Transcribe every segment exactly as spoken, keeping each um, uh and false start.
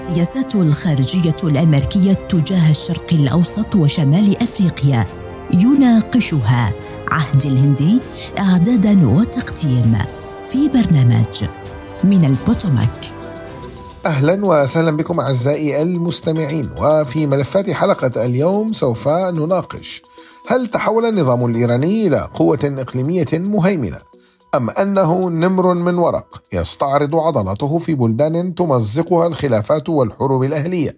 السياسات الخارجية الأمريكية تجاه الشرق الأوسط وشمال أفريقيا يناقشها عهد الهندي إعداداً وتقديم في برنامج من البوتوماك. أهلاً وسهلاً بكم أعزائي المستمعين. وفي ملفات حلقة اليوم سوف نناقش: هل تحول النظام الإيراني إلى قوة إقليمية مهيمنة، أم أنه نمر من ورق يستعرض عضلاته في بلدان تمزقها الخلافات والحروب الأهلية؟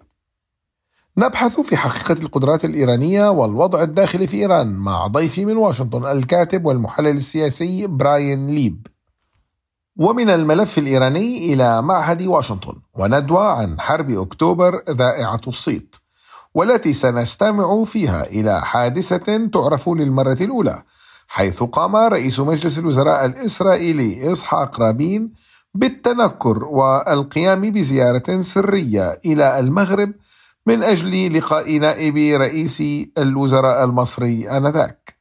نبحث في حقيقة القدرات الإيرانية والوضع الداخلي في إيران مع ضيفي من واشنطن الكاتب والمحلل السياسي براين ليب. ومن الملف الإيراني إلى معهد واشنطن وندوة عن حرب أكتوبر ذائعة الصيت، والتي سنستمع فيها إلى حادثة تعرف للمرة الأولى، حيث قام رئيس مجلس الوزراء الإسرائيلي إسحاق رابين بالتنكر والقيام بزيارة سرية إلى المغرب من أجل لقاء نائب رئيس الوزراء المصري آنذاك.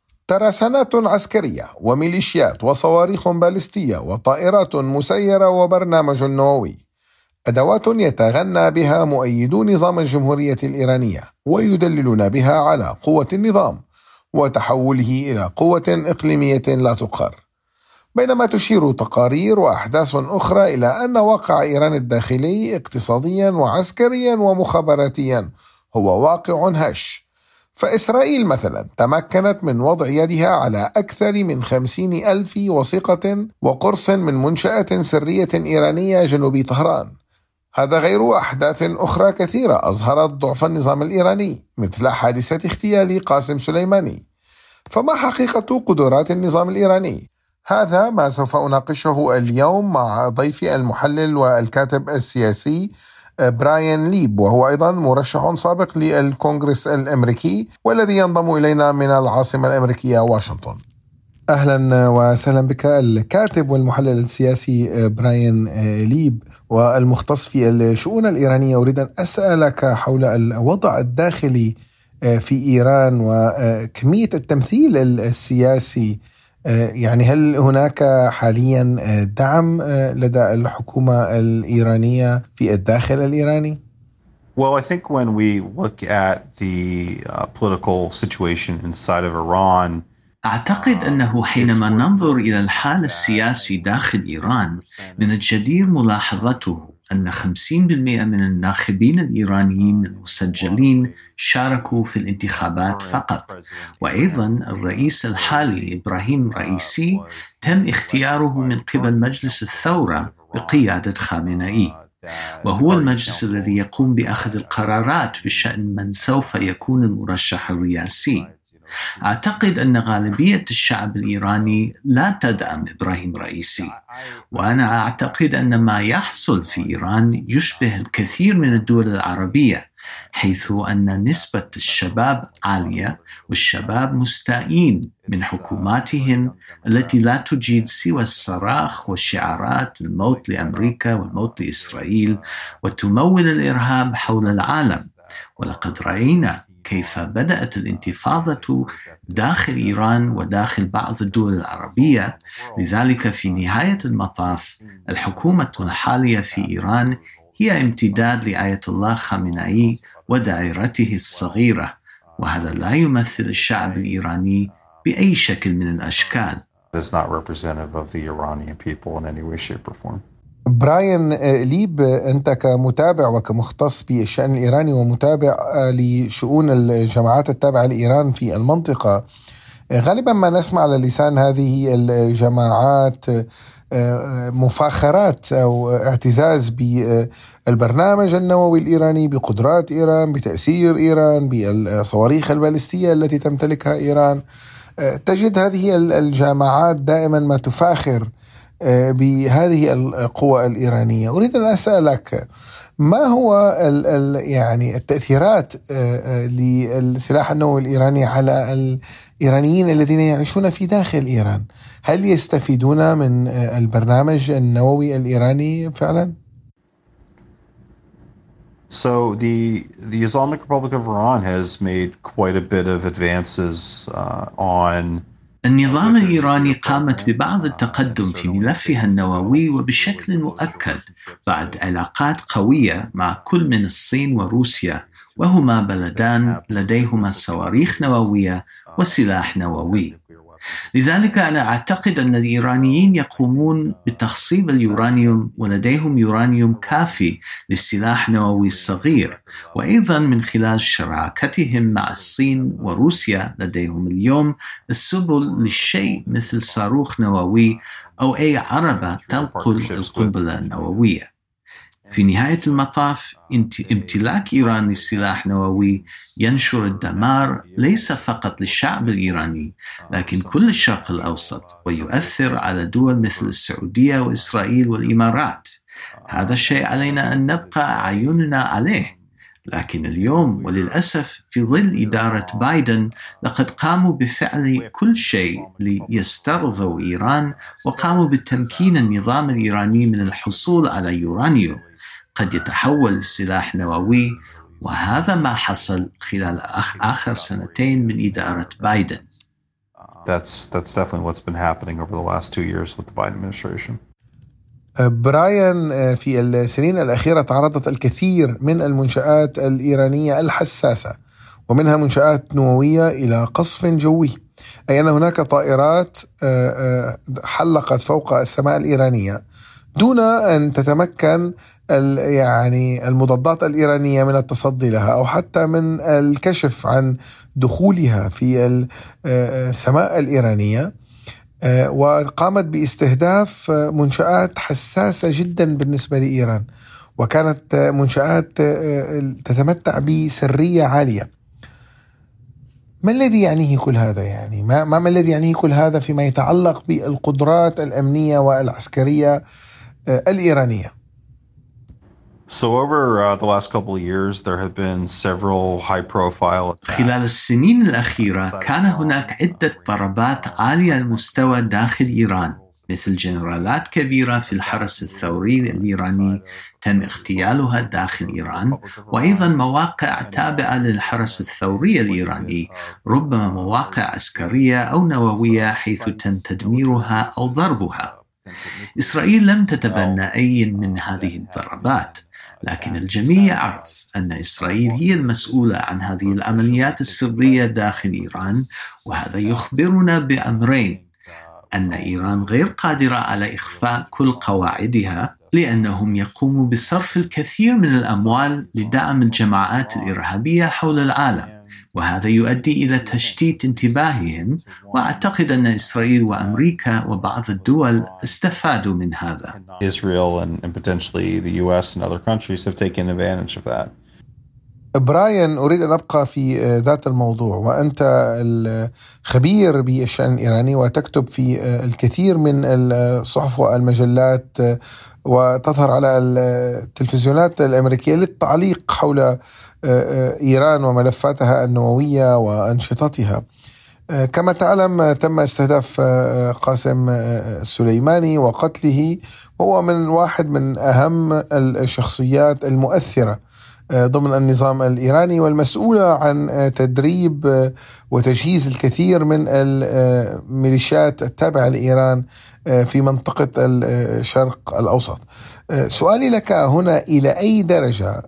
ترسانات عسكرية وميليشيات وصواريخ باليستية وطائرات مسيرة وبرنامج نووي، أدوات يتغنى بها مؤيدو نظام الجمهورية الإيرانية ويدللون بها على قوة النظام وتحوله إلى قوة إقليمية لا تقهر. بينما تشير تقارير وأحداث أخرى إلى أن واقع إيران الداخلي اقتصاديا وعسكريا ومخابراتيا هو واقع هش. فإسرائيل مثلا تمكنت من وضع يدها على أكثر من خمسين ألف وثيقة وقرص من منشآت سرية إيرانية جنوب طهران. هذا غير أحداث أخرى كثيرة أظهرت ضعف النظام الإيراني، مثل حادثة اغتيال قاسم سليماني. فما حقيقة قدرات النظام الإيراني؟ هذا ما سوف أناقشه اليوم مع ضيفي المحلل والكاتب السياسي براين ليب، وهو أيضا مرشح سابق للكونغرس الأمريكي والذي ينضم إلينا من العاصمة الأمريكية واشنطن. أهلا وسهلا بك الكاتب والمحلل السياسي براين ليب والمختص في الشؤون الإيرانية. أريد أن أسألك حول الوضع الداخلي في إيران وكمية التمثيل السياسي. يعني هل هناك حاليا دعم لدى الحكومة الإيرانية في الداخل الإيراني؟ Well, I think when we look at the uh, political situation inside of Iran, أعتقد أنه حينما ننظر إلى الحال السياسي داخل إيران، من الجدير ملاحظته أن خمسين بالمئة من الناخبين الإيرانيين المسجلين شاركوا في الانتخابات فقط. وأيضا الرئيس الحالي إبراهيم رئيسي تم اختياره من قبل مجلس الثورة بقيادة خامنئي، وهو المجلس الذي يقوم بأخذ القرارات بشأن من سوف يكون المرشح الرئاسي. أعتقد أن غالبية الشعب الإيراني لا تدعم إبراهيم رئيسي، وأنا أعتقد أن ما يحصل في إيران يشبه الكثير من الدول العربية، حيث أن نسبة الشباب عالية والشباب مستائين من حكوماتهم التي لا تجيد سوى الصراخ والشعارات الموت لأمريكا والموت لإسرائيل، وتمول الإرهاب حول العالم. ولقد رأينا كيف بدأت الانتفاضة داخل إيران وداخل بعض الدول العربية. لذلك في نهاية المطاف الحكومة الحالية في إيران هي امتداد لآية الله خامنئي ودائرته الصغيرة، وهذا لا يمثل الشعب الإيراني بأي شكل من الأشكال. It is not representative of the Iranian people in any way, shape or form. براين ليب، أنت كمتابع وكمختص بالشأن الإيراني ومتابع لشؤون الجماعات التابعة لإيران في المنطقة، غالبا ما نسمع على لسان هذه الجماعات مفاخرات أو اعتزاز بالبرنامج النووي الإيراني، بقدرات إيران، بتأثير إيران، بالصواريخ الباليستية التي تمتلكها إيران. تجد هذه الجماعات دائما ما تفاخر بهذه القوى الإيرانية. أريد أن أسألك ما هو ال ال يعني التأثيرات للسلاح النووي الإيراني على الإيرانيين الذين يعيشون في داخل إيران؟ هل يستفيدون من البرنامج النووي الإيراني فعلا؟ So the the Islamic Republic of Iran has made quite a bit of advances uh, on النظام الإيراني قامت ببعض التقدم في ملفها النووي وبشكل مؤكد بعد علاقات قوية مع كل من الصين وروسيا، وهما بلدان لديهما صواريخ نووية وسلاح نووي. لذلك أنا أعتقد أن الإيرانيين يقومون بتخصيب اليورانيوم ولديهم يورانيوم كافي للسلاح النووي الصغير، وأيضا من خلال شراكتهم مع الصين وروسيا لديهم اليوم السبل للشيء مثل صاروخ نووي أو أي عربة تنقل القنبلة النووية. في نهاية المطاف امتلاك إيران للسلاح النووي ينشر الدمار ليس فقط للشعب الإيراني لكن كل الشرق الأوسط، ويؤثر على دول مثل السعودية وإسرائيل والإمارات. هذا الشيء علينا أن نبقى أعيننا عليه، لكن اليوم وللأسف في ظل إدارة بايدن لقد قاموا بفعل كل شيء ليسترضوا إيران، وقاموا بتمكين النظام الإيراني من الحصول على يورانيوم قد يتحول للسلاح النووي، وهذا ما حصل خلال آخر سنتين من إدارة بايدن. That's that's definitely what's been happening over the last two years with the Biden administration. براين، في السنين الأخيرة تعرضت الكثير من المنشآت الإيرانية الحساسة ومنها منشآت نووية إلى قصف جوي، أي أن هناك طائرات حلقت فوق السماء الإيرانية دون أن تتمكن يعني المضادات الإيرانية من التصدي لها أو حتى من الكشف عن دخولها في السماء الإيرانية، وقامت باستهداف منشآت حساسة جدا بالنسبة لإيران، وكانت منشآت تتمتع بسرية عالية. ما الذي يعنيه كل هذا؟ يعني ما, ما الذي يعنيه كل هذا فيما يتعلق بالقدرات الأمنية والعسكرية الإيرانية؟ So over uh, the last couple of years there have been several high profile attacks. خلال السنين الأخيرة كان هناك عدة ضربات عالية المستوى داخل إيران، مثل جنرالات كبيرة في الحرس الثوري الإيراني تم اغتيالها داخل إيران، وأيضا مواقع تابعة للحرس الثوري الإيراني، ربما مواقع عسكرية أو نووية حيث تم تدميرها أو ضربها. إسرائيل لم تتبنى أي من هذه الضربات، لكن الجميع يعرف أن إسرائيل هي المسؤولة عن هذه العمليات السرية داخل إيران، وهذا يخبرنا بأمرين: أن إيران غير قادرة على إخفاء كل قواعدها، لأنهم يقوموا بصرف الكثير من الأموال لدعم الجماعات الإرهابية حول العالم، وهذا يؤدي إلى تشتيت انتباههم، وأعتقد أن إسرائيل وأمريكا وبعض الدول استفادوا من هذا. Israel and, and potentially the U S and other countries have taken advantage of that. براين، أريد أن أبقى في ذات الموضوع، وأنت الخبير بالشأن الإيراني وتكتب في الكثير من الصحف والمجلات وتظهر على التلفزيونات الأمريكية للتعليق حول إيران وملفاتها النووية وأنشطتها. كما تعلم تم استهداف قاسم سليماني وقتله، وهو من واحد من أهم الشخصيات المؤثرة ضمن النظام الإيراني والمسؤولة عن تدريب وتجهيز الكثير من الميليشيات التابعة لإيران في منطقة الشرق الأوسط. سؤالي لك هنا: إلى أي درجة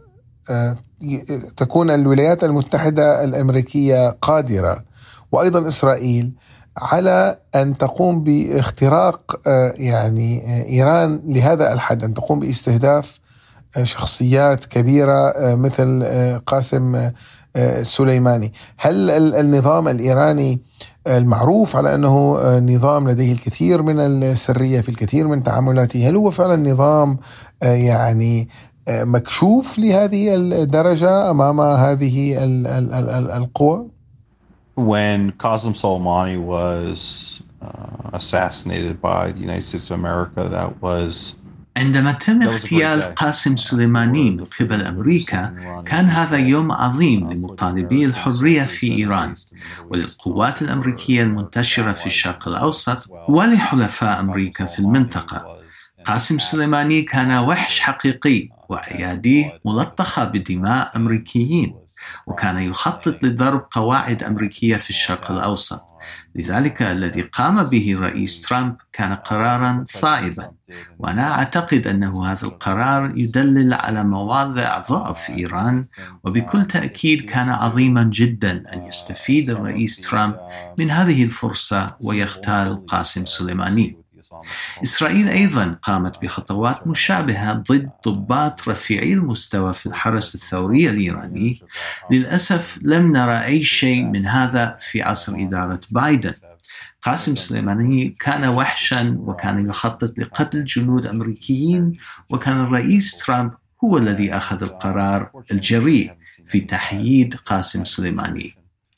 تكون الولايات المتحدة الأمريكية قادرة وأيضا إسرائيل على أن تقوم باختراق يعني إيران لهذا الحد، أن تقوم باستهداف شخصيات كبيرة مثل قاسم سليماني؟ هل النظام الإيراني المعروف على أنه نظام لديه الكثير من السرية في الكثير من تعاملاته، هل هو فعلا نظام يعني مكشوف لهذه الدرجة أمام هذه القوى؟ When Qasem Soleimani was uh, assassinated by the United States of America, that was عندما تم اغتيال قاسم سليماني من قبل أمريكا، كان هذا يوم عظيم لمطالبي الحرية في إيران وللقوات الأمريكية المنتشرة في الشرق الأوسط ولحلفاء أمريكا في المنطقة. قاسم سليماني كان وحش حقيقي، وأياديه ملطخة بدماء أمريكيين، وكان يخطط لضرب قواعد أمريكية في الشرق الأوسط. لذلك الذي قام به رئيس ترامب كان قراراً صائباً، وأنا أعتقد أنه هذا القرار يدلل على مواضع ضعف إيران، وبكل تأكيد كان عظيماً جداً أن يستفيد الرئيس ترامب من هذه الفرصة ويغتال قاسم سليماني. إسرائيل أيضاً قامت بخطوات مشابهة ضد ضباط رفيعي المستوى في الحرس الثوري الإيراني. للأسف لم نرى أي شيء من هذا في عصر إدارة بايدن. قاسم سليماني كان وحشاً وكان يخطط لقتل جنود أمريكيين، وكان الرئيس ترامب هو الذي أخذ القرار الجريء في تحييد قاسم سليماني.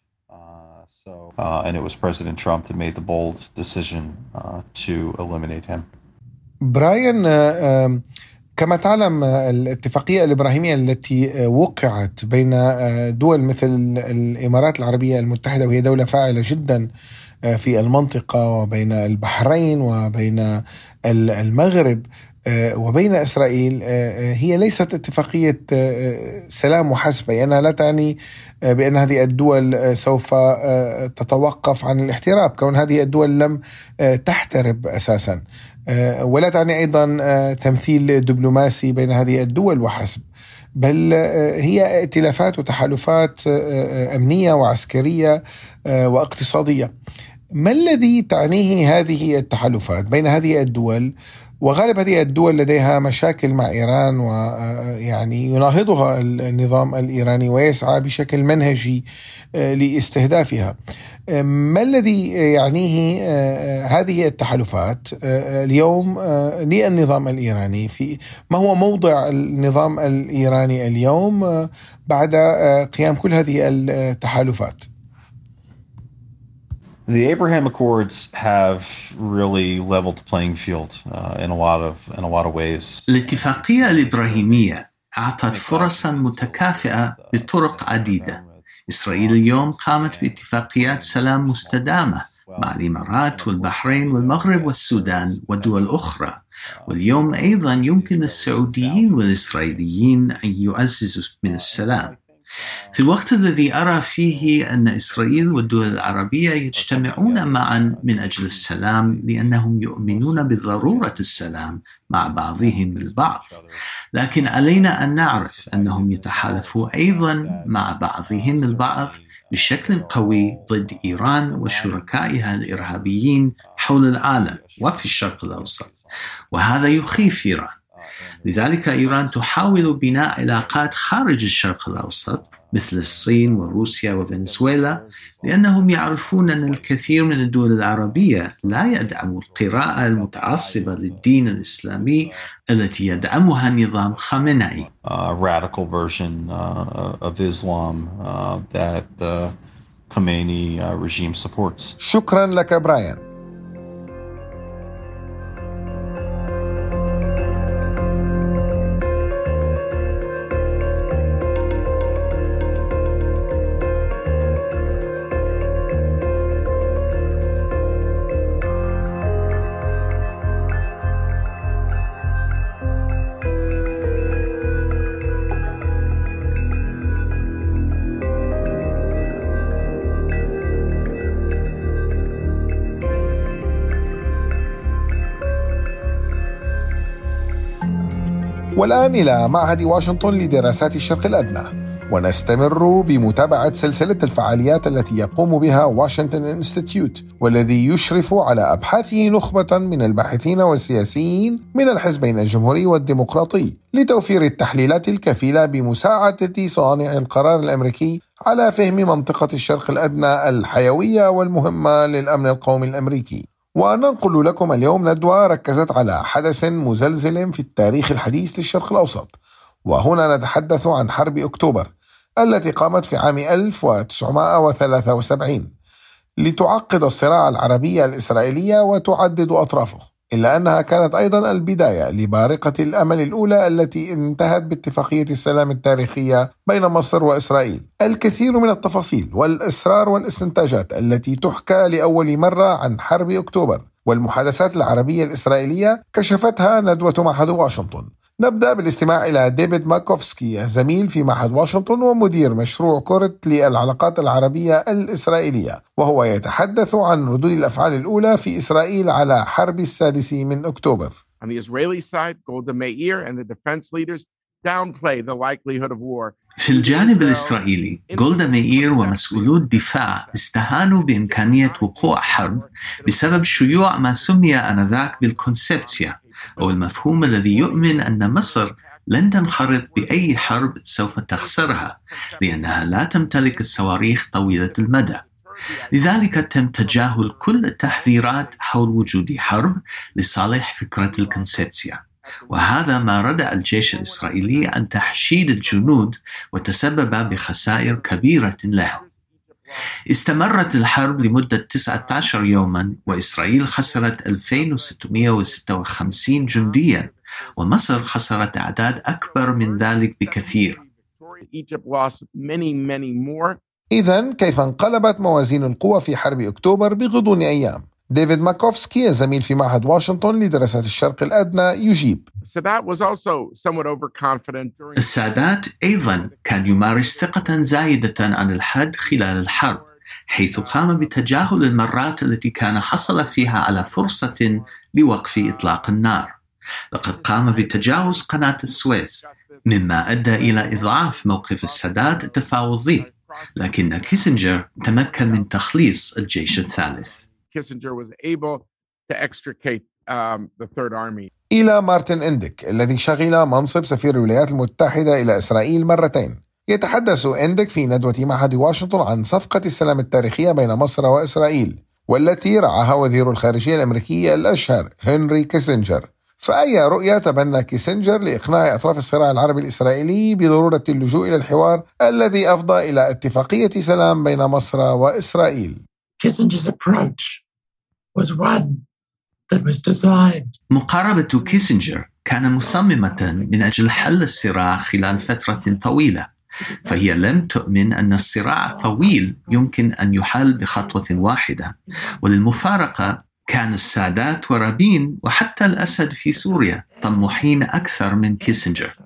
Uh, and it was President Trump that made the bold decision uh, to eliminate him. براين، كما تعلم الاتفاقية الإبراهيمية التي وقعت بين دول مثل الإمارات العربية المتحدة، وهي دولة فاعلة جدا في المنطقة، وبين البحرين وبين المغرب وبين إسرائيل، هي ليست اتفاقية سلام وحسب. يعني لا تعني بأن هذه الدول سوف تتوقف عن الاحتراب، كون هذه الدول لم تحترب أساسا، ولا تعني أيضا تمثيل دبلوماسي بين هذه الدول وحسب، بل هي ائتلافات وتحالفات أمنية وعسكرية واقتصادية. ما الذي تعنيه هذه التحالفات بين هذه الدول؟ وغالب هذه الدول لديها مشاكل مع إيران، ويعني يناهضها النظام الإيراني ويسعى بشكل منهجي لاستهدافها. ما الذي يعنيه هذه التحالفات اليوم للنظام الإيراني؟ في ما هو موضع النظام الإيراني اليوم بعد قيام كل هذه التحالفات؟ The Abraham Accords have really leveled the playing field uh, in a lot of in a lot of ways. الاتفاقية الإبراهيمية أعطت فرصاً متكافئة بطرق عديدة. إسرائيل اليوم قامت باتفاقيات سلام مستدامة مع الإمارات والبحرين والمغرب والسودان ودول أخرى، واليوم أيضاً يمكن للسعوديين والإسرائيليين أن يعززوا من السلام. في الوقت الذي أرى فيه أن إسرائيل والدول العربية يجتمعون معا من أجل السلام لأنهم يؤمنون بضرورة السلام مع بعضهم البعض، لكن علينا أن نعرف أنهم يتحالفوا أيضا مع بعضهم البعض بشكل قوي ضد إيران وشركائها الإرهابيين حول العالم وفي الشرق الأوسط، وهذا يخيف إيران. لذلك إيران تحاول بناء علاقات خارج الشرق الأوسط مثل الصين وروسيا وفنزويلا، لأنهم يعرفون أن الكثير من الدول العربية لا يدعم القراءة المتعصبة للدين الإسلامي التي يدعمها نظام خامنئي. A radical version uh, of Islam uh, that the Khomeini uh, regime supports. شكرا لك براين. والآن إلى معهد واشنطن لدراسات الشرق الأدنى، ونستمر بمتابعة سلسلة الفعاليات التي يقوم بها واشنطن انستيتيوت، والذي يشرف على أبحاثه نخبة من الباحثين والسياسيين من الحزبين الجمهوري والديمقراطي لتوفير التحليلات الكفيلة بمساعدة صانع القرار الأمريكي على فهم منطقة الشرق الأدنى الحيوية والمهمة للأمن القومي الأمريكي. وننقل لكم اليوم ندوة ركزت على حدث مزلزل في التاريخ الحديث للشرق الأوسط، وهنا نتحدث عن حرب أكتوبر التي قامت في عام ألف وتسعمائة وثلاثة وسبعين لتعقد الصراع العربي الإسرائيلي وتعدد أطرافه، إلا أنها كانت أيضا البداية لبارقة الأمل الأولى التي انتهت باتفاقية السلام التاريخية بين مصر وإسرائيل. الكثير من التفاصيل والإصرار والاستنتاجات التي تحكى لأول مرة عن حرب أكتوبر والمحادثات العربية الإسرائيلية كشفتها ندوة معهد واشنطن. نبدأ بالاستماع إلى ديفيد ماكوفسكي، زميل في معهد واشنطن ومدير مشروع كورت للعلاقات العربية الإسرائيلية، وهو يتحدث عن ردود الأفعال الأولى في إسرائيل على حرب السادس من أكتوبر. On the Israeli side, Golda Meir and the defense leaders downplay the likelihood of war. في الجانب الإسرائيلي، غولدا مائير ومسؤولو الدفاع استهانوا بإمكانية وقوع حرب بسبب شيوع ما سمي آنذاك بالكونسبسيا، أو المفهوم الذي يؤمن أن مصر لن تنخرط بأي حرب سوف تخسرها لأنها لا تمتلك الصواريخ طويلة المدى. لذلك تم تجاهل كل التحذيرات حول وجود حرب لصالح فكرة الكونسبسيا، وهذا ما ردع الجيش الإسرائيلي عن تحشيد الجنود وتسبب بخسائر كبيرة له. استمرت الحرب لمدة تسعة عشر يوماً، وإسرائيل خسرت ألفين وستمائة وستة وخمسين جندياً، ومصر خسرت أعداد أكبر من ذلك بكثير. إذن كيف انقلبت موازين القوى في حرب أكتوبر بغضون أيام؟ ديفيد ماكوفسكي، الزميل في معهد واشنطن لدراسات الشرق الأدنى، يجيب: السادات أيضا كان يمارس ثقة زايدة عن الحد خلال الحرب، حيث قام بتجاهل المرات التي كان حصل فيها على فرصة لوقف إطلاق النار. لقد قام بتجاوز قناة السويس، مما أدى إلى إضعاف موقف السادات التفاوضي، لكن كيسنجر تمكن من تخليص الجيش الثالث. Kissinger was able to extricate um, the Third Army. إلى مارتن إندك الذي شغل منصب سفير الولايات المتحدة إلى إسرائيل مرتين. يتحدث إندك في ندوة معهد واشنطن عن صفقة السلام التاريخية بين مصر وإسرائيل، والتي رعاها وزير الخارجية الأمريكي الأشهر هنري كيسنجر. فأي رؤية تبنى كيسنجر لإقناع أطراف الصراع العربي الإسرائيلي بضرورة اللجوء إلى الحوار الذي أفضى إلى اتفاقية سلام بين مصر وإسرائيل؟ Kissinger's approach was one that was designed. مقاربة كيسنجر كان مصممة من أجل حل الصراع خلال فترة طويلة، فهي لم تؤمن أن الصراع طويل يمكن أن يحل بخطوة واحدة. وللمفارقة كان السادات ورابين وحتى الأسد في سوريا طموحين أكثر من كيسنجر.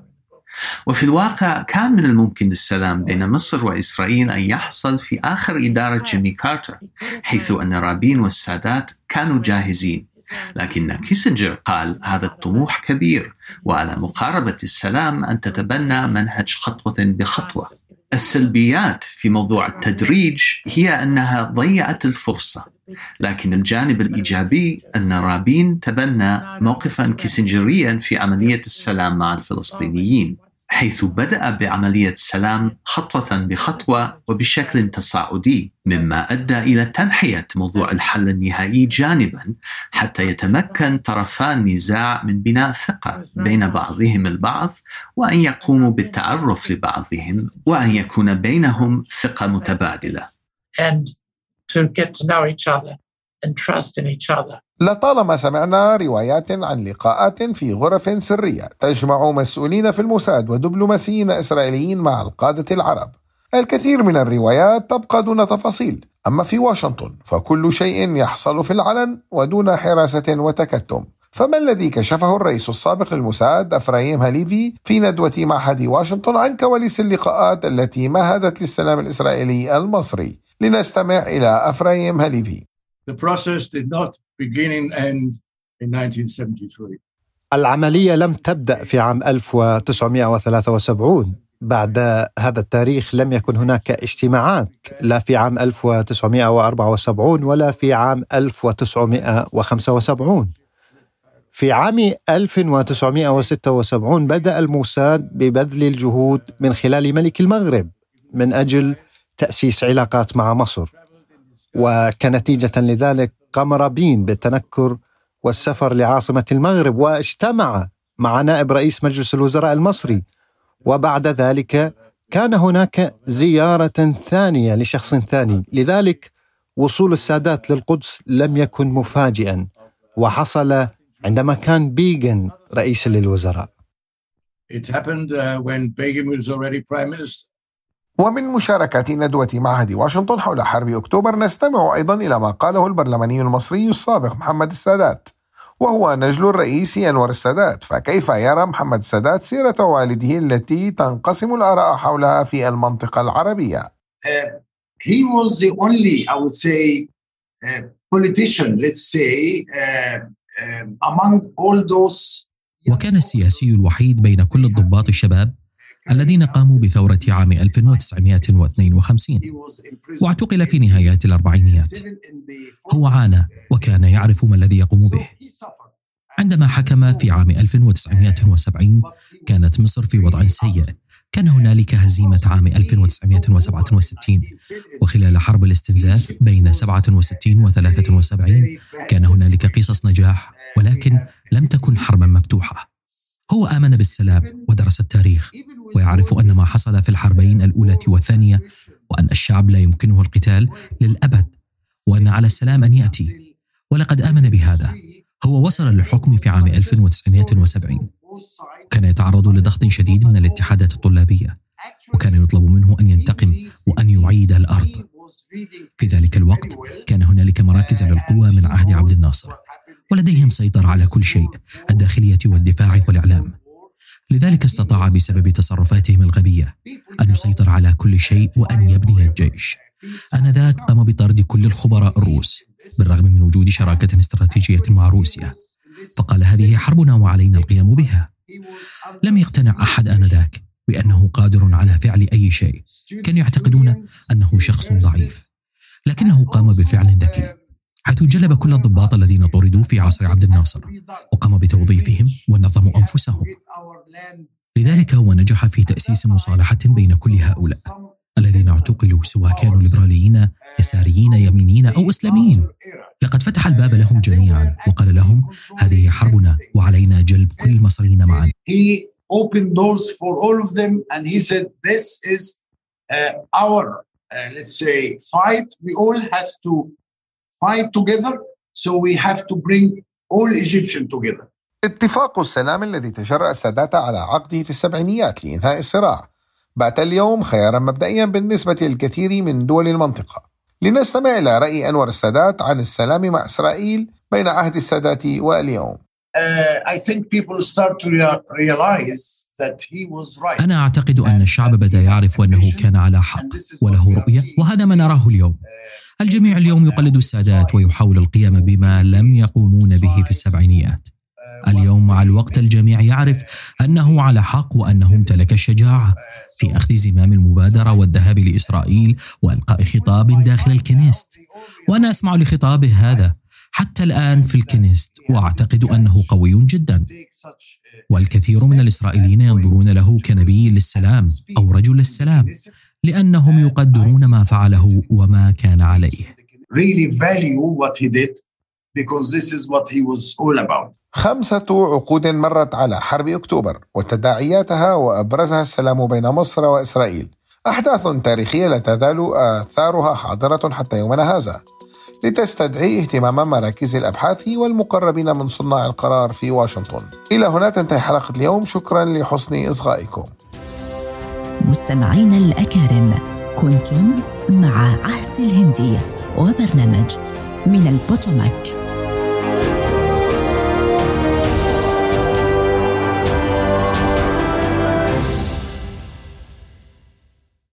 وفي الواقع كان من الممكن السلام بين مصر وإسرائيل أن يحصل في آخر إدارة جيمي كارتر، حيث أن رابين والسادات كانوا جاهزين، لكن كيسنجر قال هذا الطموح كبير، وعلى مقاربة السلام أن تتبنى منهج خطوة بخطوة. السلبيات في موضوع التدريج هي أنها ضيعت الفرصة، لكن الجانب الإيجابي أن رابين تبنى موقفاً كيسنجرياً في عملية السلام مع الفلسطينيين، حيث بدأ بعملية السلام خطوة بخطوة وبشكل تصاعدي، مما أدى إلى تنحية موضوع الحل النهائي جانباً حتى يتمكن طرفا النزاع من بناء ثقة بين بعضهم البعض، وأن يقوموا بالتعرف لبعضهم، وأن يكون بينهم ثقة متبادلة. And to get to know each other and trust in each other. لطالما سمعنا روايات عن لقاءات في غرف سرية تجمع مسؤولين في الموساد ودبلوماسيين إسرائيليين مع القادة العرب. الكثير من الروايات تبقى دون تفاصيل، أما في واشنطن فكل شيء يحصل في العلن ودون حراسة وتكتم. فما الذي كشفه الرئيس السابق للموساد أفرايم هاليفي في ندوة معهد واشنطن عن كواليس اللقاءات التي مهدت للسلام الإسرائيلي المصري؟ لنستمع إلى أفرايم هاليفي. The process did not begin and end in nineteen seventy-three. العملية لم تبدأ في عام ألف وتسعمائة وثلاثة وسبعين. بعد هذا التاريخ لم يكن هناك اجتماعات لا في عام ألف وتسعمائة وأربعة وسبعين ولا في عام ألف وتسعمائة وخمسة وسبعين. في عام ألف وتسعمائة وستة وسبعين بدأ الموساد ببذل الجهود من خلال ملك المغرب من أجل تأسيس علاقات مع مصر، وكنتيجة لذلك قام رابين بالتنكر والسفر لعاصمة المغرب واجتمع مع نائب رئيس مجلس الوزراء المصري، وبعد ذلك كان هناك زيارة ثانية لشخص ثاني. لذلك وصول السادات للقدس لم يكن مفاجئا، وحصل عندما كان بيغن رئيس للوزراء. It happened uh, when Begin was already prime minister. ومن مشاركة ندوة معهد واشنطن حول حرب أكتوبر نستمع أيضا إلى ما قاله البرلماني المصري السابق محمد السادات، وهو نجل الرئيس أنور السادات. فكيف يرى محمد السادات سيرة والده التي تنقسم الآراء حولها في المنطقة العربية؟ uh, He was the only, I would say, uh, politician, let's say, uh, uh, among all those. وكان السياسي الوحيد بين كل الضباط الشباب الذين قاموا بثورة عام ألف وتسعمائة واثنين وخمسين، واعتقل في نهايات الأربعينيات. هو عانى وكان يعرف ما الذي يقوم به. عندما حكم في عام ألف وتسعمائة وسبعين كانت مصر في وضع سيء، كان هنالك هزيمة عام ألف وتسعمائة وسبعة وستين، وخلال حرب الاستنزاف بين سبعة وستين وثلاثة وسبعين كان هنالك قصص نجاح، ولكن لم تكن حربا مفتوحة. هو آمن بالسلام ودرس التاريخ، ويعرف أن ما حصل في الحربين الأولى والثانية وأن الشعب لا يمكنه القتال للأبد، وأن على السلام أن يأتي، ولقد آمن بهذا. هو وصل للحكم في عام ألف وتسعمائة وسبعين، كان يتعرض لضغط شديد من الاتحادات الطلابية، وكان يطلب منه أن ينتقم وأن يعيد الأرض. في ذلك الوقت كان هنالك مراكز للقوى من عهد عبد الناصر، ولديهم سيطرة على كل شيء، الداخلية والدفاع والإعلام. لذلك استطاع بسبب تصرفاتهم الغبية أن يسيطر على كل شيء وأن يبني الجيش. آنذاك قام بطرد كل الخبراء الروس بالرغم من وجود شراكة استراتيجية مع روسيا، فقال هذه حربنا وعلينا القيام بها. لم يقتنع أحد آنذاك بأنه قادر على فعل أي شيء، كانوا يعتقدون أنه شخص ضعيف، لكنه قام بفعل ذكي، حيث جلب كل الضباط الذين طردوا في عصر عبد الناصر وقام بتوظيفهم ونظموا أنفسهم. لذلك هو نجح في تأسيس مصالحة بين كل هؤلاء الذين اعتقلوا، سواء كانوا ليبراليين، يساريين، يمينيين أو إسلاميين. لقد فتح الباب لهم جميعا وقال لهم هذه حربنا وعلينا جلب كل المصريين معا. He opened doors for all of them and he said this is uh, our uh, let's say fight. We all has to fight together, so we have to bring all Egyptian together. اتفاق السلام الذي تجرأ السادات على عقده في السبعينيات لإنهاء الصراع بات اليوم خيارا مبدئيا بالنسبة للكثير من دول المنطقة. لنستمع إلى رأي أنور السادات عن السلام مع إسرائيل بين عهد السادات واليوم. Uh, I think people start to realize that he was right. أنا أعتقد أن الشعب بدأ يعرف أنه كان على حق وله رؤية، وهذا ما نراه اليوم. الجميع اليوم يقلد السادات ويحاول القيام بما لم يقومون به في السبعينيات. اليوم مع الوقت الجميع يعرف أنه على حق وأنه امتلك الشجاعة في أخذ زمام المبادرة والذهاب لإسرائيل وإلقاء خطاب داخل الكنيست، وأنا أسمع لخطابه هذا حتى الآن في الكنيست، وأعتقد أنه قوي جدا. والكثير من الإسرائيليين ينظرون له كنبي للسلام أو رجل السلام، لأنهم يقدرون ما فعله وما كان عليه. Really value what he did because this is what he was all about. خمسة عقود مرت على حرب أكتوبر وتداعياتها، وأبرزها السلام بين مصر وإسرائيل، أحداث تاريخية لا تزال آثارها حاضرة حتى يومنا هذا، لتستدعي اهتمام مراكز الأبحاث والمقربين من صناع القرار في واشنطن. إلى هنا تنتهي حلقة اليوم، شكرا لحسن إصغائكم. مستمعين الأكارم، كنتم مع عهد الهندي وبرنامج من البوتوماك.